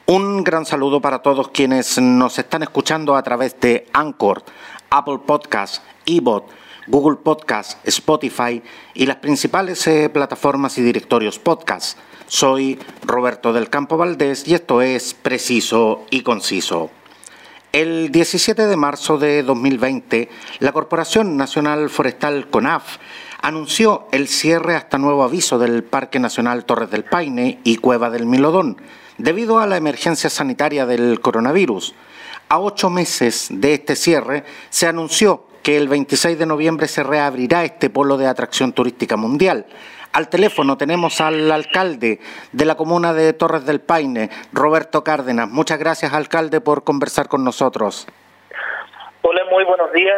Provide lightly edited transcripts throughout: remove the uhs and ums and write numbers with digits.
Un gran saludo para todos quienes nos están escuchando a través de Anchor, Apple Podcasts, iVoox, Google Podcasts, Spotify y las principales plataformas y directorios podcast. Soy Roberto del Campo Valdés y esto es Preciso y Conciso. El 17 de marzo de 2020, la Corporación Nacional Forestal CONAF anunció el cierre hasta nuevo aviso del Parque Nacional Torres del Paine y Cueva del Milodón, debido a la emergencia sanitaria del coronavirus. A 8 meses de este cierre, se anunció que el 26 de noviembre se reabrirá este polo de atracción turística mundial. Al teléfono tenemos al alcalde de la comuna de Torres del Paine, Roberto Cárdenas. Muchas gracias, alcalde, por conversar con nosotros. Hola, muy buenos días,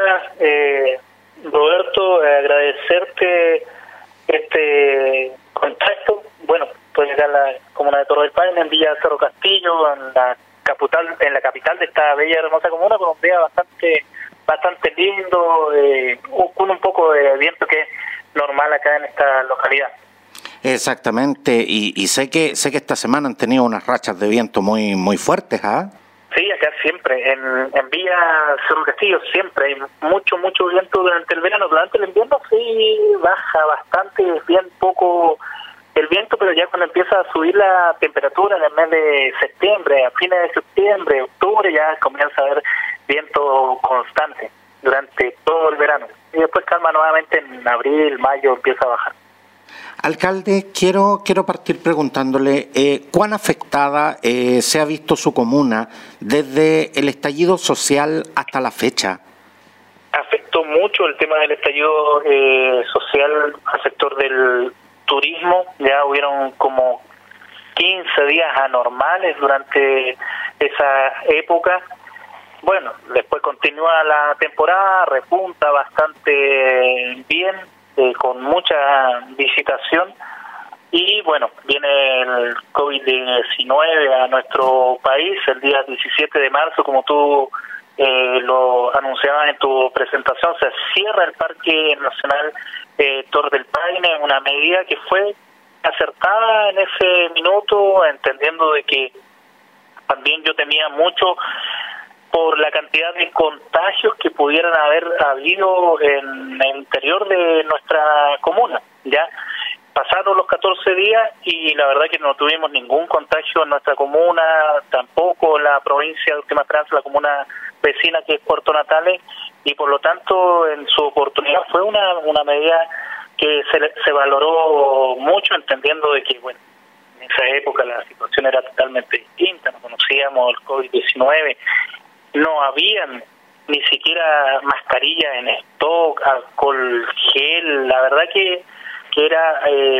Roberto. Agradecerte este contacto. Bueno, estoy acá en la comuna de Torres del Paine, en Villa Cerro Castillo, en la capital de esta bella y hermosa comuna, con un día bastante lindo, con un poco de viento que es normal acá en esta localidad. Exactamente, y sé que esta semana han tenido unas rachas de viento muy fuertes, ¿ah? Sí, acá siempre, en Villa Cerro Castillo siempre hay mucho viento durante el verano. Durante el invierno sí baja bastante, es bien poco el viento, pero ya cuando empieza a subir la temperatura en el mes de septiembre, a fines de septiembre, octubre, ya comienza a haber viento constante durante todo el verano. Y después calma nuevamente en abril, mayo, empieza a bajar. Alcalde, quiero partir preguntándole ¿cuán afectada se ha visto su comuna desde el estallido social hasta la fecha? Afectó mucho el tema del estallido social al sector del turismo. Ya hubieron como 15 días anormales durante esa época. Bueno, después continúa la temporada, repunta bastante bien, con mucha visitación, y bueno, viene el COVID-19 a nuestro país el día 17 de marzo, como tú lo anunciabas en tu presentación. Se cierra el Parque Nacional Torres del Paine, una medida que fue acertada en ese minuto, entendiendo de que también yo temía mucho por la cantidad de contagios que pudieran haber habido en el interior de nuestra comuna. Ya pasaron los 14 días y la verdad que no tuvimos ningún contagio en nuestra comuna, tampoco en la provincia de Última Esperanza, la comuna vecina que es Puerto Natales, y por lo tanto en su oportunidad fue una medida que se valoró mucho, entendiendo de que, bueno, en esa época la situación era totalmente distinta, no conocíamos el COVID-19, no habían ni siquiera mascarillas en stock, alcohol gel. La verdad que era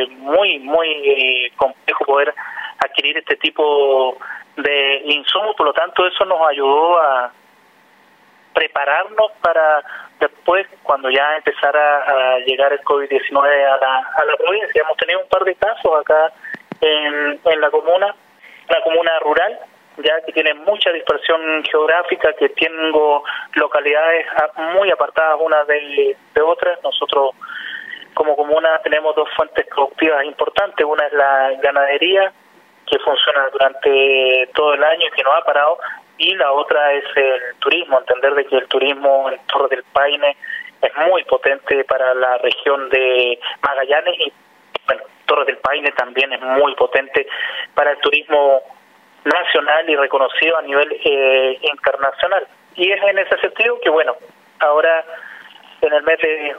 muy complejo poder adquirir este tipo de insumos. Por lo tanto, eso nos ayudó a prepararnos para después, cuando ya empezara a llegar el COVID-19 a la provincia. Hemos tenido un par de casos acá en la comuna rural, ya que tiene mucha dispersión geográfica, que tengo localidades muy apartadas unas de otras. Nosotros como comuna tenemos dos fuentes productivas importantes. Una es la ganadería, que funciona durante todo el año y que no ha parado, y la otra es el turismo. Entender de que el turismo en Torres del Paine es muy potente para la región de Magallanes, y bueno, Torres del Paine también es muy potente para el turismo nacional y reconocido a nivel internacional. Y es en ese sentido que, bueno, ahora en el mes de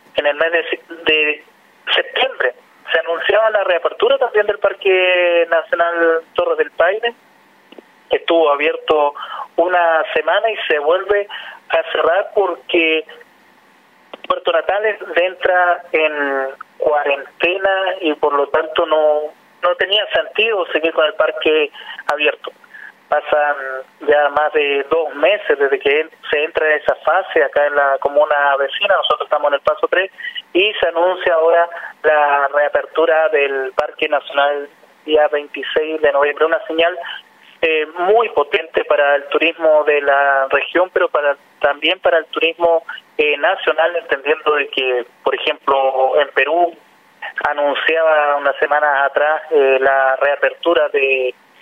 septiembre se anunciaba la reapertura también del Parque Nacional Torres del Paine, que estuvo abierto una semana y se vuelve a cerrar porque Puerto Natales entra en cuarentena y por lo tanto no tenía sentido seguir con el parque abierto. Pasan ya más de 2 meses desde que se entra en esa fase acá en la comuna vecina. Nosotros estamos en el paso 3 y se anuncia ahora la reapertura del Parque Nacional día 26 de noviembre. Una señal muy potente para el turismo de la región, pero también para el turismo nacional, entendiendo de que, por ejemplo, en Perú anunciaba unas semanas atrás la reapertura de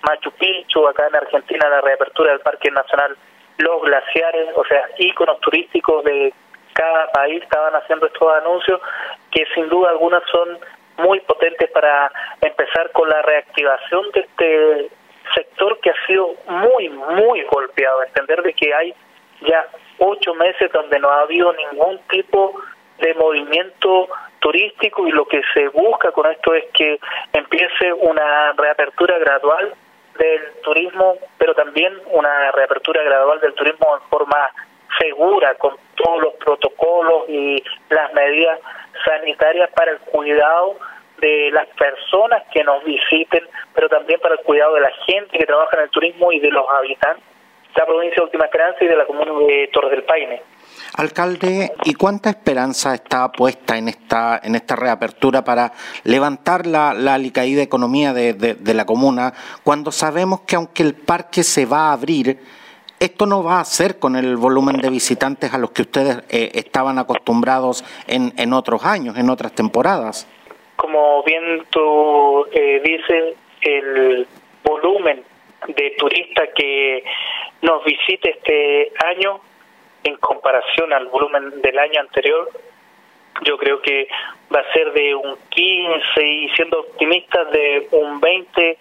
Machu Picchu, acá en Argentina la reapertura del Parque Nacional Los Glaciares, o sea, íconos turísticos de cada país estaban haciendo estos anuncios que sin duda algunas son muy potentes para empezar con la reactivación de este sector que ha sido muy, muy golpeado. Entender de que hay ya 8 meses donde no ha habido ningún tipo de movimiento turístico y lo que se busca con esto es que empiece una reapertura gradual del turismo, pero también una reapertura gradual del turismo en forma segura, con todos los protocolos y las medidas sanitarias para el cuidado de las personas que nos visiten, pero también para el cuidado de la gente que trabaja en el turismo y de los habitantes de la provincia de Última Esperanza y de la comuna de Torres del Paine. Alcalde, ¿y cuánta esperanza está puesta en esta reapertura para levantar la alicaída economía de la comuna, cuando sabemos que aunque el parque se va a abrir, esto no va a ser con el volumen de visitantes a los que ustedes estaban acostumbrados en otros años, en otras temporadas? Como bien tú dices, el volumen de turistas que nos visite este año en comparación al volumen del año anterior, yo creo que va a ser de un 15% y siendo optimistas de un 20%,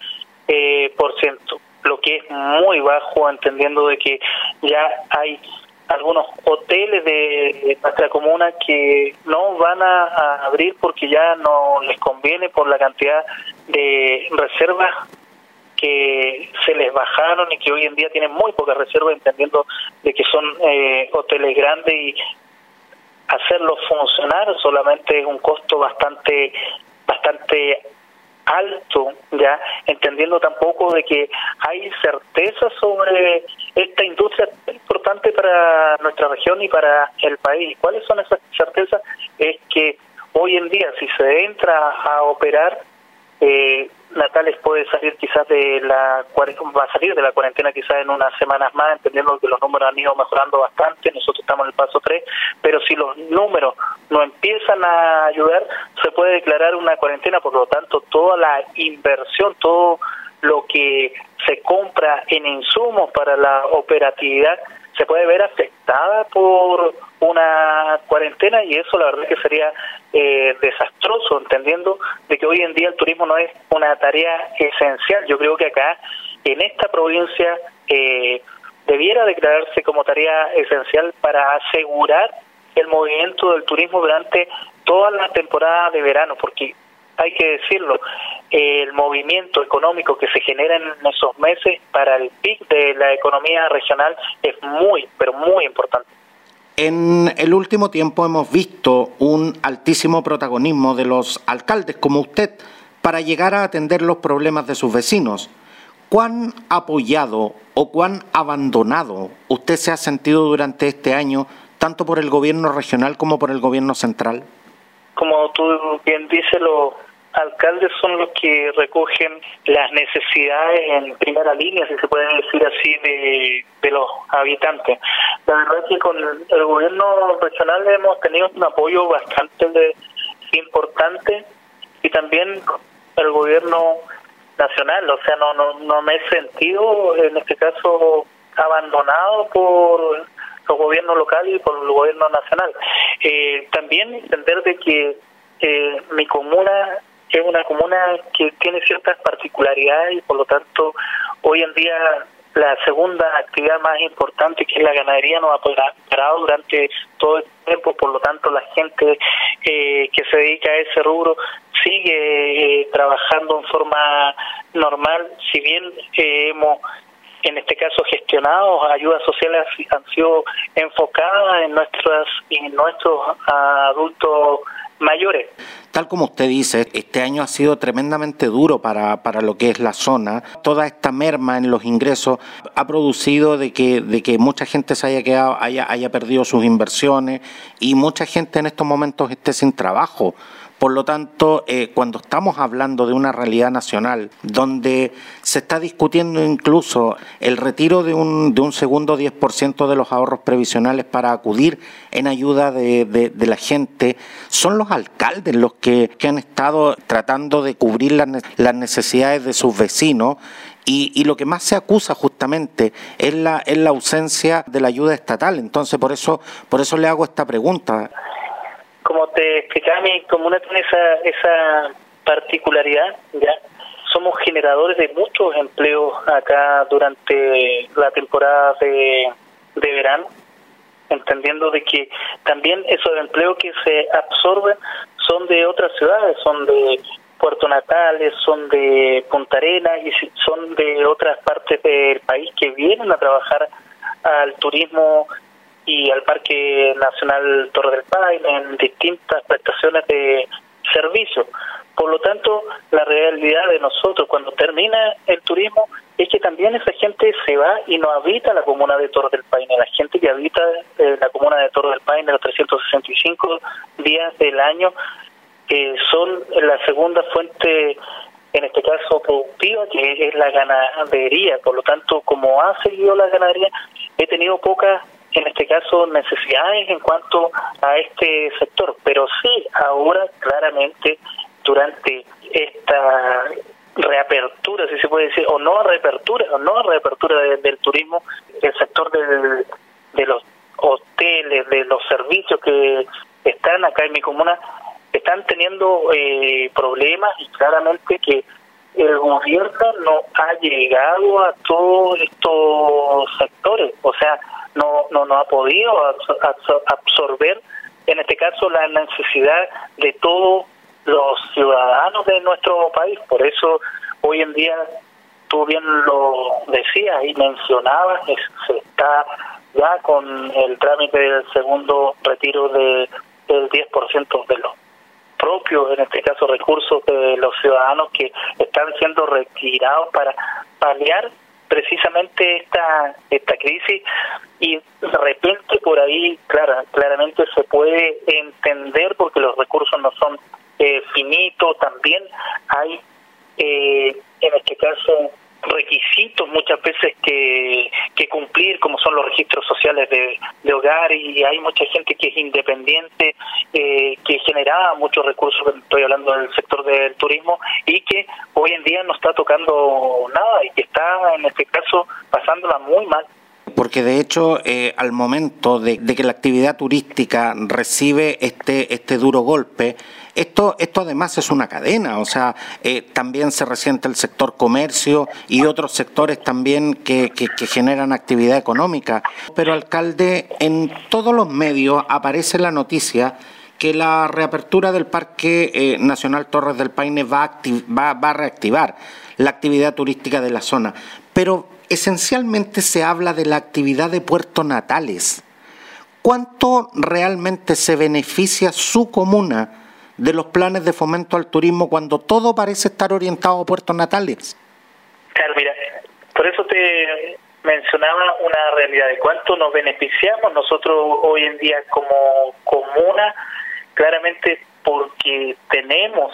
lo que es muy bajo, entendiendo de que ya hay algunos hoteles de nuestra comuna que no van a abrir porque ya no les conviene por la cantidad de reservas que se les bajaron y que hoy en día tienen muy pocas reservas, entendiendo de que son hoteles grandes y hacerlos funcionar solamente es un costo bastante alto, ya entendiendo tampoco de que hay certeza sobre esta industria tan importante para nuestra región y para el país. ¿Cuáles son esas certezas? Es que hoy en día si se entra a operar, Natales puede salir quizás va a salir de la cuarentena quizás en unas semanas más, entendiendo que los números han ido mejorando bastante, nosotros estamos en el paso 3, pero si los números no empiezan a ayudar, se puede declarar una cuarentena. Por lo tanto, toda la inversión, todo lo que se compra en insumos para la operatividad se puede ver afectada por una cuarentena, y eso la verdad que sería desastroso, entendiendo de que hoy en día el turismo no es una tarea esencial. Yo creo que acá en esta provincia debiera declararse como tarea esencial para asegurar el movimiento del turismo durante toda la temporada de verano, porque hay que decirlo, el movimiento económico que se genera en esos meses para el pic de la economía regional es muy, pero muy importante. En el último tiempo hemos visto un altísimo protagonismo de los alcaldes como usted para llegar a atender los problemas de sus vecinos. ¿Cuán apoyado o cuán abandonado usted se ha sentido durante este año, tanto por el gobierno regional como por el gobierno central? Como tú bien dices, los alcaldes son los que recogen las necesidades en primera línea, si se puede decir así, de los habitantes. La verdad es que con el gobierno regional hemos tenido un apoyo bastante importante, y también el gobierno nacional, o sea, no me he sentido en este caso abandonado por los gobiernos locales y por el gobierno nacional. También entender de que mi comuna es una comuna que tiene ciertas particularidades y por lo tanto hoy en día la segunda actividad más importante, que es la ganadería, no ha parado durante todo el tiempo. Por lo tanto la gente que se dedica a ese rubro sigue trabajando en forma normal. Si bien hemos en este caso gestionado ayudas sociales, han sido enfocadas en nuestros adultos mayores. Tal como usted dice, este año ha sido tremendamente duro para lo que es la zona. Toda esta merma en los ingresos ha producido de que mucha gente se haya perdido sus inversiones y mucha gente en estos momentos esté sin trabajo. Por lo tanto, cuando estamos hablando de una realidad nacional donde se está discutiendo incluso el retiro de un segundo 10% de los ahorros previsionales para acudir en ayuda de la gente, son los alcaldes los que han estado tratando de cubrir las necesidades de sus vecinos. Y lo que más se acusa justamente es la ausencia de la ayuda estatal. Entonces, por eso le hago esta pregunta. Como te explicaba, mi comuna tiene esa particularidad, ¿ya? Somos generadores de muchos empleos acá durante la temporada de verano, entendiendo de que también esos empleos que se absorben son de otras ciudades, son de Puerto Natales, son de Punta Arenas y son de otras partes del país que vienen a trabajar al turismo y al Parque Nacional Torres del Paine en distintas prestaciones de servicio. Por lo tanto, la realidad de nosotros cuando termina el turismo es que también esa gente se va y no habita la comuna de Torres del Paine. La gente que habita la comuna de Torres del Paine los 365 días del año son la segunda fuente, en este caso productiva, que es la ganadería. Por lo tanto, como ha seguido la ganadería, he tenido pocas, en este caso, necesidades en cuanto a este sector. Pero sí, ahora claramente, durante esta reapertura, si se puede decir, o no reapertura del turismo, el sector de los hoteles, de los servicios que están acá en mi comuna, están teniendo problemas, y claramente que el gobierno no ha llegado a todos estos sectores, o sea, no ha podido absorber, en este caso, la necesidad de todos los ciudadanos de nuestro país. Por eso, hoy en día, tú bien lo decías y mencionabas, se está ya con el trámite del segundo retiro del 10% de los propios, en este caso, recursos de los ciudadanos que están siendo retirados para paliar precisamente esta crisis. Y de repente por ahí claramente se puede entender, porque los recursos no son finitos. También hay en este caso requisitos muchas veces que cumplir, como son los registros sociales de hogar, y hay mucha gente que es independiente, que generaba muchos recursos. Estoy hablando del sector del turismo, y que hoy en día no está tocando nada y que está en este caso pasándola muy mal. Porque de hecho, al momento de que la actividad turística recibe este duro golpe, esto además es una cadena, o sea, también se resiente el sector comercio y otros sectores también que generan actividad económica. Pero, alcalde, en todos los medios aparece la noticia que la reapertura del Parque Nacional Torres del Paine va a reactivar la actividad turística de la zona, pero esencialmente se habla de la actividad de Puerto Natales. ¿Cuánto realmente se beneficia su comuna de los planes de fomento al turismo cuando todo parece estar orientado a Puerto Natales? Claro, mira, por eso te mencionaba una realidad de cuánto nos beneficiamos nosotros hoy en día como comuna, claramente porque tenemos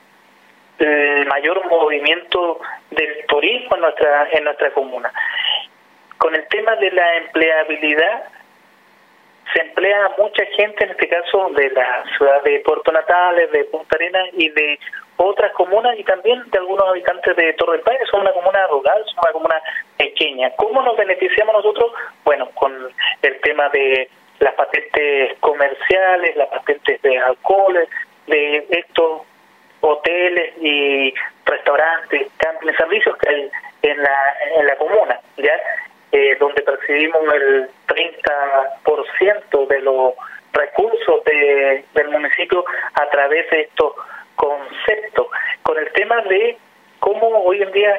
el mayor movimiento del turismo en nuestra comuna. Con el tema de la empleabilidad, se emplea mucha gente, en este caso de la ciudad de Puerto Natales, de Punta Arenas y de otras comunas, y también de algunos habitantes de Torres del Paine. Son una comuna rural, son una comuna pequeña. ¿Cómo nos beneficiamos nosotros? Bueno, con el tema de las patentes comerciales, las patentes de alcoholes, de estos hoteles y restaurantes, campings, servicios que hay en la comuna, ¿ya? Donde percibimos el 30% de los recursos del municipio a través de estos conceptos. Con el tema de cómo hoy en día,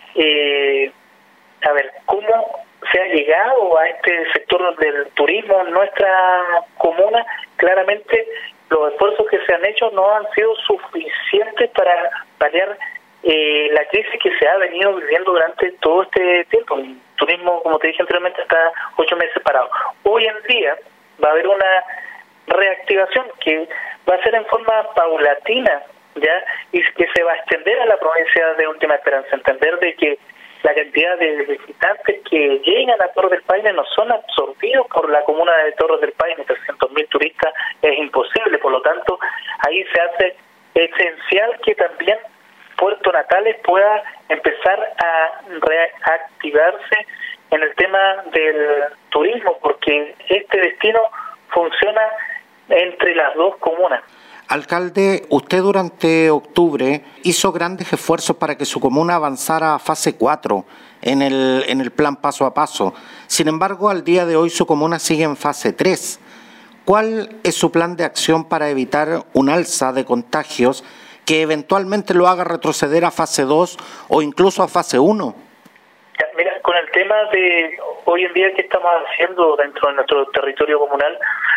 cómo se ha llegado a este sector del turismo en nuestra comuna, claramente los esfuerzos que se han hecho no han sido suficientes para paliar la crisis que se ha venido viviendo durante todo este tiempo. El turismo, como te dije anteriormente, está 8 meses parado. Hoy en día va a haber una reactivación que va a ser en forma paulatina. latina, ya, y que se va a extender a la provincia de Última Esperanza. Entender de que la cantidad de visitantes que llegan a Torres del Paine no son absorbidos por la comuna de Torres del Paine. 300.000 turistas es imposible, por lo tanto ahí se hace esencial que también Puerto Natales pueda empezar a reactivarse en el tema del turismo, porque este destino funciona entre las dos comunas. Alcalde, usted durante octubre hizo grandes esfuerzos para que su comuna avanzara a fase 4 en el plan paso a paso. Sin embargo, al día de hoy su comuna sigue en fase 3. ¿Cuál es su plan de acción para evitar un alza de contagios que eventualmente lo haga retroceder a fase 2 o incluso a fase 1? Mira, con el tema de hoy en día que estamos haciendo dentro de nuestro territorio comunal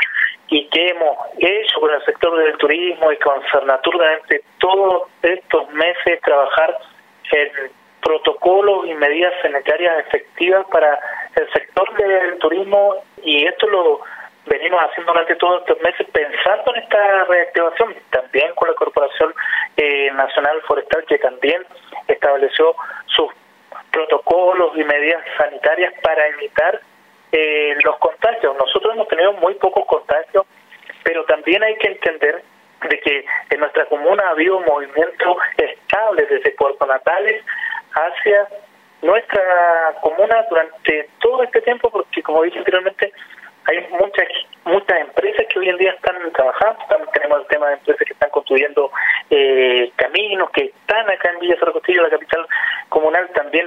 y que hemos hecho con el sector del turismo y con Cernatur durante todos estos meses, trabajar en protocolos y medidas sanitarias efectivas para el sector del turismo, y esto lo venimos haciendo durante todos estos meses pensando en esta reactivación, también con la Corporación Nacional Forestal, que también estableció sus protocolos y medidas sanitarias para evitar los contagios. Nosotros hemos tenido muy pocos contagios, pero también hay que entender de que en nuestra comuna ha habido un movimiento estable desde Puerto Natales hacia nuestra comuna durante todo este tiempo, porque como dije anteriormente, hay muchas empresas que hoy en día están trabajando. También tenemos el tema de empresas que están construyendo caminos, que están acá en Villa Cerro Castillo, la capital comunal. También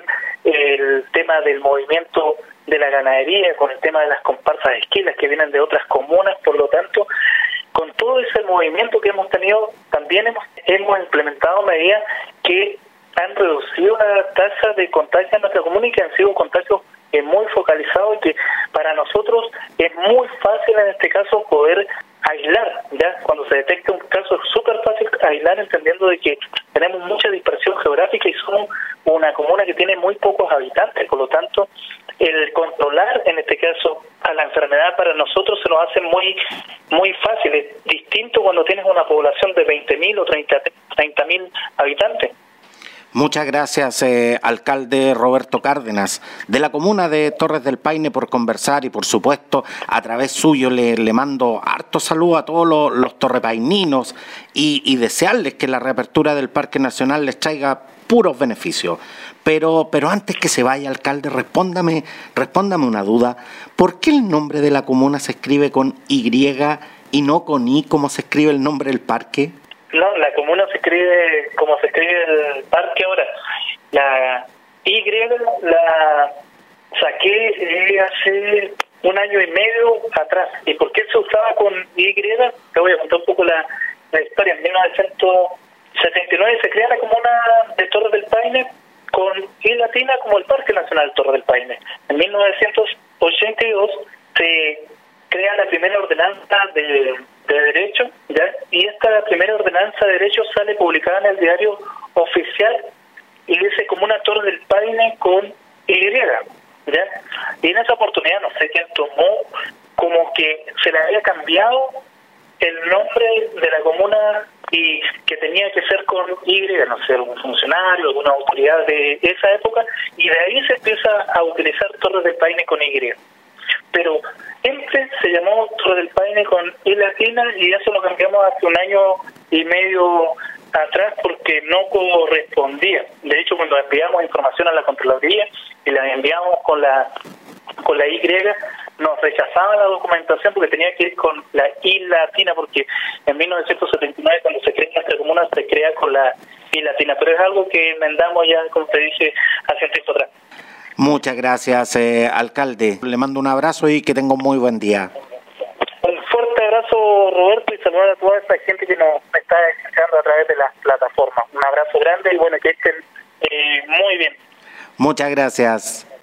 el tema del movimiento de la ganadería, con el tema de las comparsas de esquilas que vienen de otras comunas. Por lo tanto, con todo ese movimiento que hemos tenido, también hemos implementado medidas que han reducido la tasa de contagio en nuestra comuna y que han sido contagios muy focalizados, y que para nosotros es muy fácil en este caso poder aislar. Ya cuando se detecta un caso es súper fácil aislar, entendiendo de que tenemos mucha dispersión geográfica y somos una comuna que tiene muy pocos habitantes. Por lo tanto, el controlar en este caso a la enfermedad para nosotros se nos hace muy fácil. Es distinto cuando tienes una población de 20.000 o 30.000 habitantes. Muchas gracias, alcalde Roberto Cárdenas, de la comuna de Torres del Paine, por conversar, y por supuesto a través suyo le mando harto saludo a todos los torrepaininos y desearles que la reapertura del Parque Nacional les traiga puros beneficios. Pero antes que se vaya, alcalde, respóndame una duda. ¿Por qué el nombre de la comuna se escribe con Y y no con I, como se escribe el nombre del parque? No, la comuna se escribe como se escribe el parque ahora. La Y la saqué hace 1 año y medio atrás. ¿Y por qué se usaba con Y? Te voy a contar un poco la historia. En 1979 se crea la comuna de Torres del Paine con I latina como el Parque Nacional Torres del Paine. En 1982 se crea la primera ordenanza de derecho, ¿ya? Y esta primera ordenanza de derecho sale publicada en el diario oficial y dice comuna Torres del Paine con Y, ¿ya? Y en esa oportunidad no sé quién tomó como que se le había cambiado el nombre de la comuna y que tenía que ser con Y, no sé, algún funcionario, alguna autoridad de esa época, y de ahí se empieza a utilizar Torres del Paine con Y. Pero siempre se llamó Torres del Paine con I latina, y eso lo cambiamos hace 1 año y medio atrás porque no correspondía. De hecho, cuando enviamos información a la Contraloría y la enviamos con la Y, nos rechazaban la documentación porque tenía que ir con la I latina, porque en 1979, cuando se crea nuestra comuna, se crea con la I latina. Pero es algo que enmendamos ya, como te dije, hace un tiempo atrás. Muchas gracias, alcalde. Le mando un abrazo y que tenga un muy buen día. Un fuerte abrazo, Roberto, y saludar a toda esa gente que nos está escuchando a través de las plataformas. Un abrazo grande y bueno, que estén muy bien. Muchas gracias.